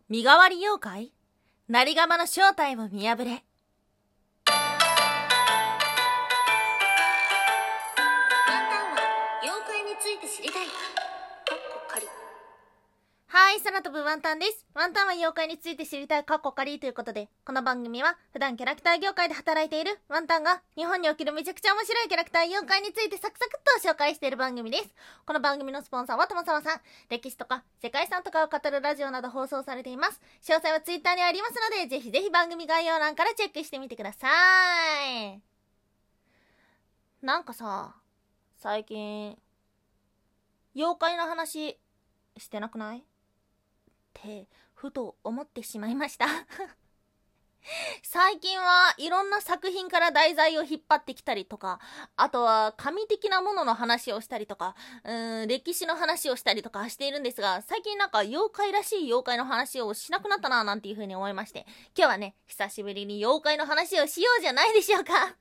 身代わり妖怪？なりがまの正体を見破れ。ワンタンは妖怪について知りたい。はい、空飛ぶワンタンです。ワンタンは妖怪について知りたいということで、この番組は普段キャラクター業界で働いているワンタンが日本におけるめちゃくちゃ面白いキャラクター妖怪についてサクサクっと紹介している番組です。この番組のスポンサーは友沢さん。歴史とか世界遺産とかを語るラジオなど放送されています。詳細はツイッターにありますので、ぜひぜひ番組概要欄からチェックしてみてください。なんかさ、最近妖怪の話してなくない？ってふと思ってしまいました最近はいろんな作品から題材を引っ張ってきたりとか、あとは神的なものの話をしたりとか、歴史の話をしたりとかしているんですが、最近なんか妖怪らしい妖怪の話をしなくなったななんていう風に思いまして、今日はね、久しぶりに妖怪の話をしようじゃないでしょうかはい、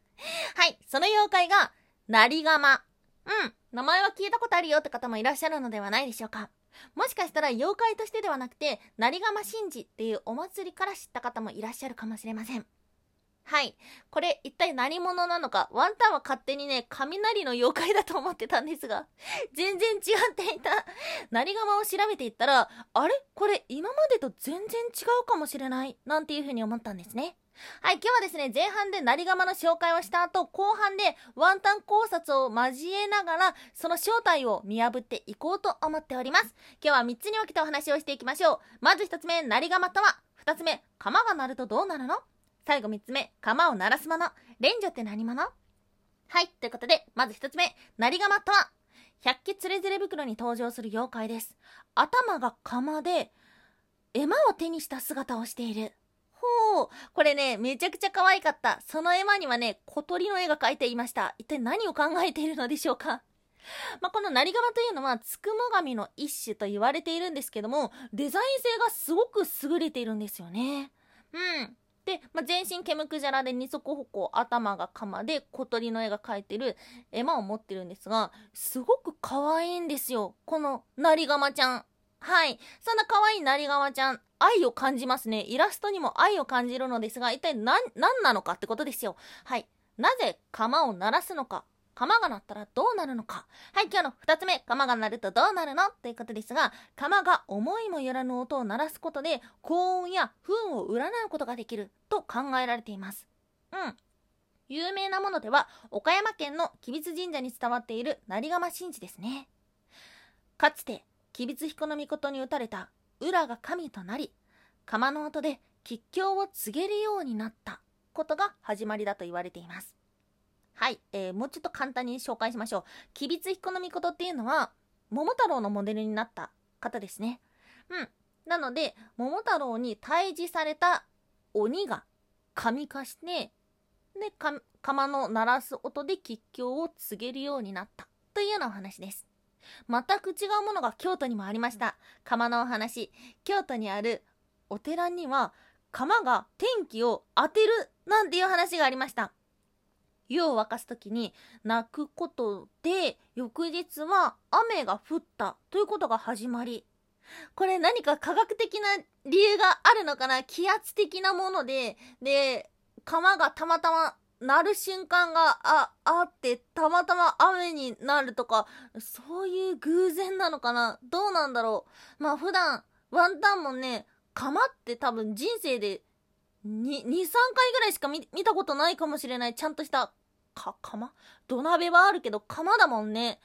その妖怪がなりがま。名前は聞いたことあるよって方もいらっしゃるのではないでしょうか。もしかしたら妖怪としてではなくて、なりがま神事っていうお祭りから知った方もいらっしゃるかもしれません。はい。これ一体何者なのか、ワンタンは勝手にね、雷の妖怪だと思ってたんですが、全然違っていた。なりがまを調べていったら、あれ？これ今までと全然違うかもしれない。なんていう風に思ったんですね。はい、今日はですね、前半でなりがまの紹介をした後、後半でワンタン考察を交えながら、その正体を見破っていこうと思っております。今日は3つに分けてお話をしていきましょう。まず1つ目、なりがまとは。2つ目、鎌が鳴るとどうなるの？最後3つ目、鎌を鳴らすもの。連女って何者？はい、ということで、まず1つ目、なりがまとは。百鬼つれづれ袋に登場する妖怪です。頭が鎌で、絵馬を手にした姿をしている。これね、めちゃくちゃ可愛かった。その絵馬にはね、小鳥の絵が描いていました。一体何を考えているのでしょうか。このなりがまというのはつくも神の一種と言われているんですけども、デザイン性がすごく優れているんですよね。で、全身毛むくじゃらで二足歩行、頭が鎌で小鳥の絵が描いてる絵馬を持ってるんですが、すごく可愛いんですよ、このなりがまちゃん。はい、そんな可愛いなりがまちゃん、愛を感じますね。イラストにも愛を感じるのですが、一体何なのかってことですよ。はい、なぜ鎌を鳴らすのか、鎌が鳴ったらどうなるのか。はい、今日の2つ目、鎌が鳴るとどうなるのということですが、鎌が思いもよらぬ音を鳴らすことで幸運や不運を占うことができると考えられています。有名なものでは岡山県の吉備津神社に伝わっているなりがま神事ですね。かつて吉備津彦命に打たれた浦が神となり、鎌の音で吉凶を告げるようになったことが始まりだと言われています。はい、もうちょっと簡単に紹介しましょう。吉備津彦命っていうのは桃太郎のモデルになった方ですね。なので桃太郎に退治された鬼が神化して、で鎌の鳴らす音で吉凶を告げるようになったというようなお話です。全く違うものが京都にもありました。鎌のお話。京都にあるお寺には鎌が天気を当てるなんていう話がありました。湯を沸かすときに泣くことで翌日は雨が降ったということが始まり、これ何か科学的な理由があるのかな。気圧的なもので鎌がたまたま鳴る瞬間があってたまたま雨になるとか、そういう偶然なのかな。どうなんだろう。普段ワンタンもね、鎌って多分人生で2、3回ぐらいしか見たことないかもしれない。ちゃんとした鎌？土鍋はあるけど鎌だもんね。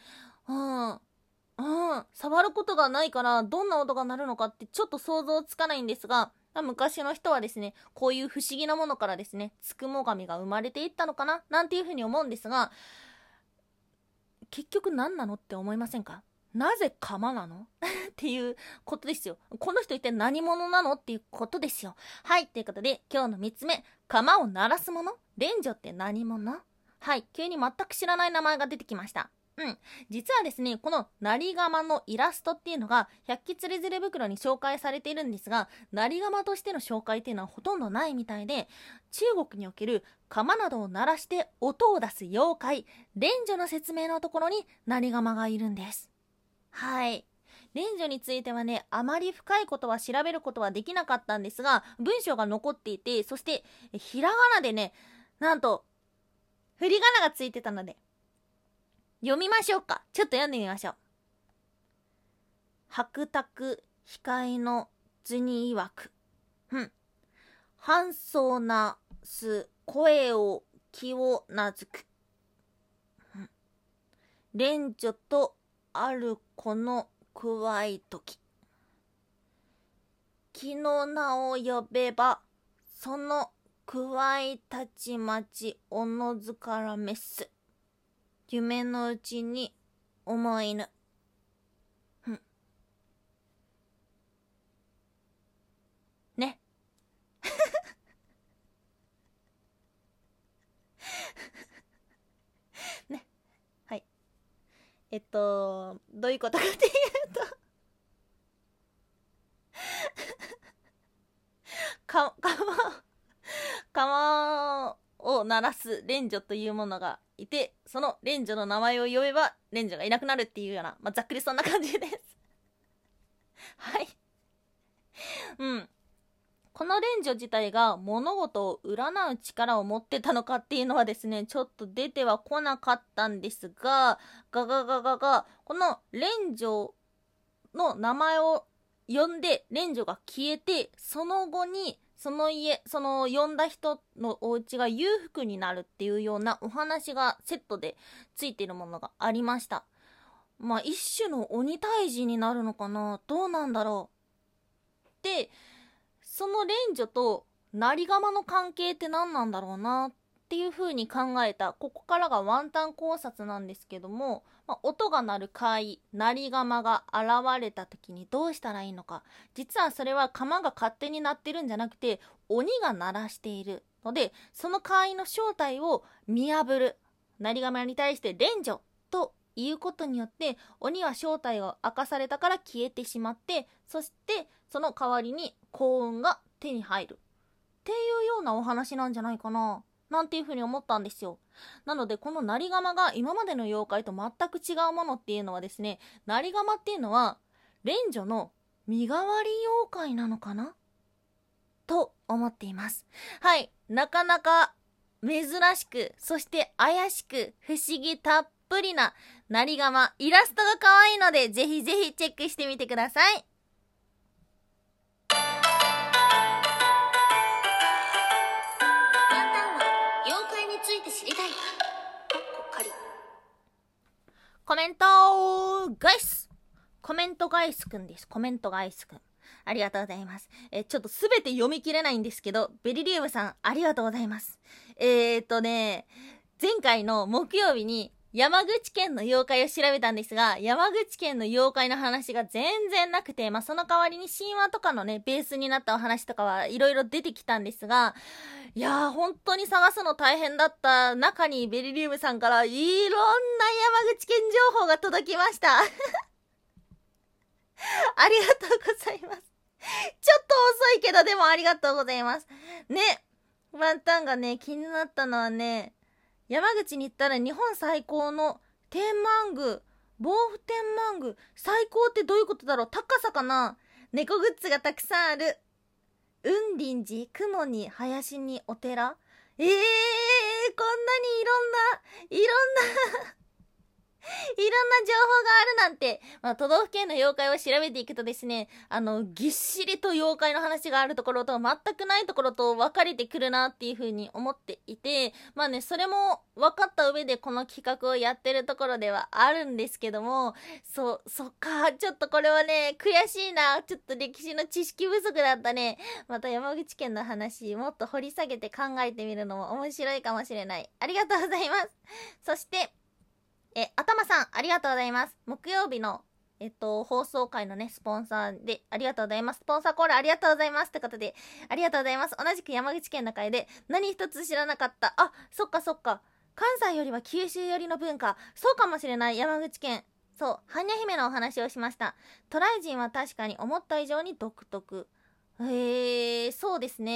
触ることがないからどんな音が鳴るのかってちょっと想像つかないんですが、昔の人はですね、こういう不思議なものからですね、つくも神が生まれていったのかななんていうふうに思うんですが、結局何なのって思いませんか？なぜ鎌なのっていうことですよ。この人一体何者なのっていうことですよ。はい、ということで今日の3つ目、鎌を鳴らすもの、連女って何者？はい、急に全く知らない名前が出てきました。実はですね、このなりがまのイラストっていうのが百鬼つれづれ袋に紹介されているんですが、なりがまとしての紹介っていうのはほとんどないみたいで、中国における鎌などを鳴らして音を出す妖怪、連女の説明のところになりがまがいるんです。はい。 連女についてはね、あまり深いことは調べることはできなかったんですが、文章が残っていて、そしてひらがなでね、なんと振り仮名がついてたので読みましょうか。ちょっと読んでみましょう。白卓控えの図に曰く、半層なす声を気をなずく、連女とあるこのくわいとき、気の名を呼べばそのくわいたちまちおのずからめす、夢のうちに思いぬ。ね。ね。はい。どういうことかっていうと釜を鳴らす連女というものがいて、その連女の名前を呼べば連女がいなくなるっていうような、ざっくりそんな感じですはい。この連女自体が物事を占う力を持ってたのかっていうのはですね、ちょっと出てはこなかったんですが、この連女の名前を呼んで連女が消えて、その後にその呼んだ人のお家が裕福になるっていうようなお話がセットでついているものがありました。一種の鬼退治になるのかな、どうなんだろう。で、その連女となりがまの関係って何なんだろうなっていう風に考えた、ここからがワンタン考察なんですけども、音が鳴る貝、なりがまが現れた時にどうしたらいいのか。実はそれは釜が勝手に鳴ってるんじゃなくて、鬼が鳴らしているので、その貝の正体を見破る。なりがまに対して連女ということによって、鬼は正体を明かされたから消えてしまって、そしてその代わりに幸運が手に入るっていうようなお話なんじゃないかな、なんていうふうに思ったんですよ。なのでこのなりがまが今までの妖怪と全く違うものっていうのはですね、なりがまっていうのは連女の身代わり妖怪なのかなと思っています。はい、なかなか珍しく、そして怪しく、不思議たっぷりななりがま、イラストが可愛いのでぜひぜひチェックしてみてください。コメントガイスコメントガイスくんです。コメントガイスくん、ありがとうございます。ちょっとすべて読み切れないんですけど、ベリリウムさんありがとうございます。前回の木曜日に山口県の妖怪を調べたんですが、山口県の妖怪の話が全然なくて、その代わりに神話とかのね、ベースになったお話とかはいろいろ出てきたんですが、いやー、本当に探すの大変だった中にベリリウムさんからいろんな山口県情報が届きました。ありがとうございます。ちょっと遅いけど、でもありがとうございます。ね、ワンタンがね、気になったのはね、山口に行ったら日本最高の天満宮、防府天満宮、最高ってどういうことだろう、高さかな。猫グッズがたくさんある。雲林寺、雲に林にお寺。こんなにいろんな情報があるなんて、都道府県の妖怪を調べていくとですね、ぎっしりと妖怪の話があるところと全くないところと分かれてくるなっていう風に思っていて、それも分かった上でこの企画をやってるところではあるんですけども、そっか、ちょっとこれはね、悔しいな。ちょっと歴史の知識不足だったね。また山口県の話、もっと掘り下げて考えてみるのも面白いかもしれない。ありがとうございます。そして、頭さん、ありがとうございます。木曜日の、放送回のね、スポンサーで、ありがとうございます。スポンサーコールありがとうございます。ということで、ありがとうございます。同じく山口県の回で、何一つ知らなかった。あ、そっか。関西よりは九州寄りの文化。そうかもしれない、山口県。そう、般若姫のお話をしました。渡来人は確かに思った以上に独特。そうですね。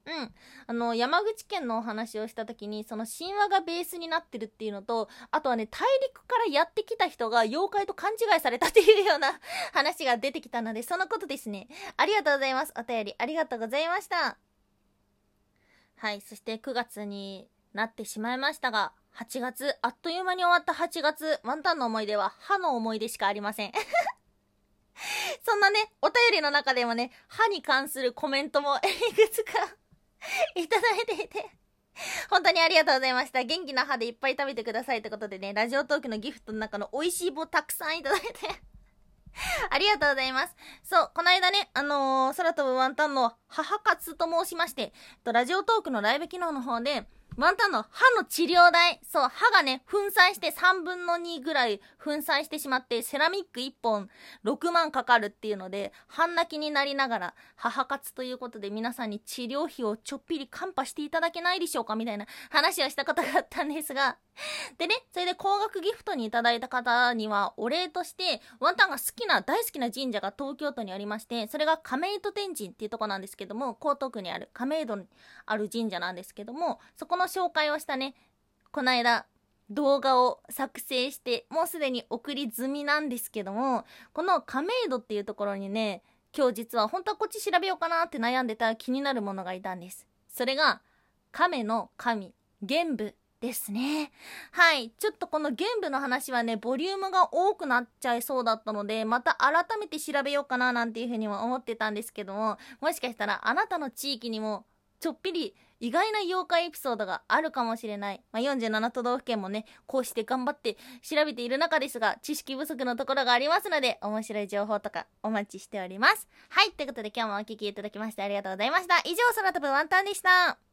山口県のお話をした時に、その神話がベースになってるっていうのと、あとはね、大陸からやってきた人が妖怪と勘違いされたっていうような話が出てきたので、そのことですね。ありがとうございます。お便りありがとうございました。はい、そして9月になってしまいましたが、8月、あっという間に終わった8月、ワンタンの思い出は歯の思い出しかありません。そんなね、お便りの中でもね、歯に関するコメントもいくつかいただいていて、本当にありがとうございました。元気な歯でいっぱい食べてくださいってことでね、ラジオトークのギフトの中の美味しい棒たくさんいただいてありがとうございます。そう、この間ね、空飛ぶワンタンの母活と申しまして、ラジオトークのライブ機能の方で、ワンタンの歯の治療代、そう、歯がね、粉砕して3分の2ぐらい粉砕してしまって、セラミック1本6万かかるっていうので、半泣きになりながら、母活ということで皆さんに治療費をちょっぴりカンパしていただけないでしょうかみたいな話をしたことがあったんですが、でね、それで高額ギフトにいただいた方には、お礼として、ワンタンが大好きな神社が東京都にありまして、それが亀戸天神っていうとこなんですけども、江東区にある亀戸にある神社なんですけども、そこの紹介をしたね、この間、動画を作成して、もうすでに送り済みなんですけども、この亀戸っていうところにね、今日実は本当はこっち調べようかなって悩んでた気になるものがいたんです。それが、亀の神、玄武ですね。はい。ちょっとこの玄武の話はね、ボリュームが多くなっちゃいそうだったので、また改めて調べようかななんていうふうにも思ってたんですけども、もしかしたらあなたの地域にも、ちょっぴり意外な妖怪エピソードがあるかもしれない。47都道府県もね、こうして頑張って調べている中ですが、知識不足のところがありますので、面白い情報とかお待ちしております。はい。ということで今日もお聞きいただきましてありがとうございました。以上、空飛ぶワンタンでした。